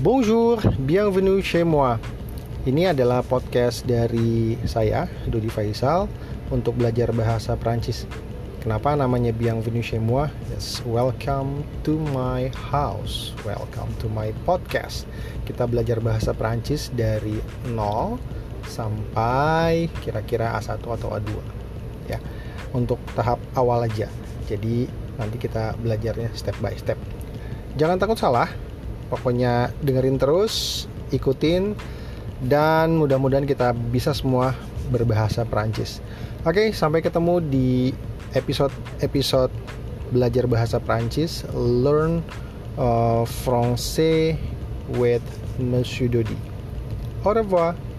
Bonjour, bienvenue chez moi. Ini adalah podcast dari saya, Dodi Faisal, untuk belajar bahasa Prancis. Kenapa namanya bienvenue chez moi? Yes, welcome to my house. Welcome to my podcast. Kita belajar bahasa Prancis dari 0 sampai kira-kira A1 atau A2. Ya, untuk tahap awal aja. Jadi nanti kita belajarnya step by step. Jangan takut salah. Pokoknya dengerin terus, ikutin, dan mudah-mudahan kita bisa semua berbahasa Perancis. Oke, sampai ketemu di episode belajar bahasa Perancis, Learn Français with Monsieur Dodi. Au revoir.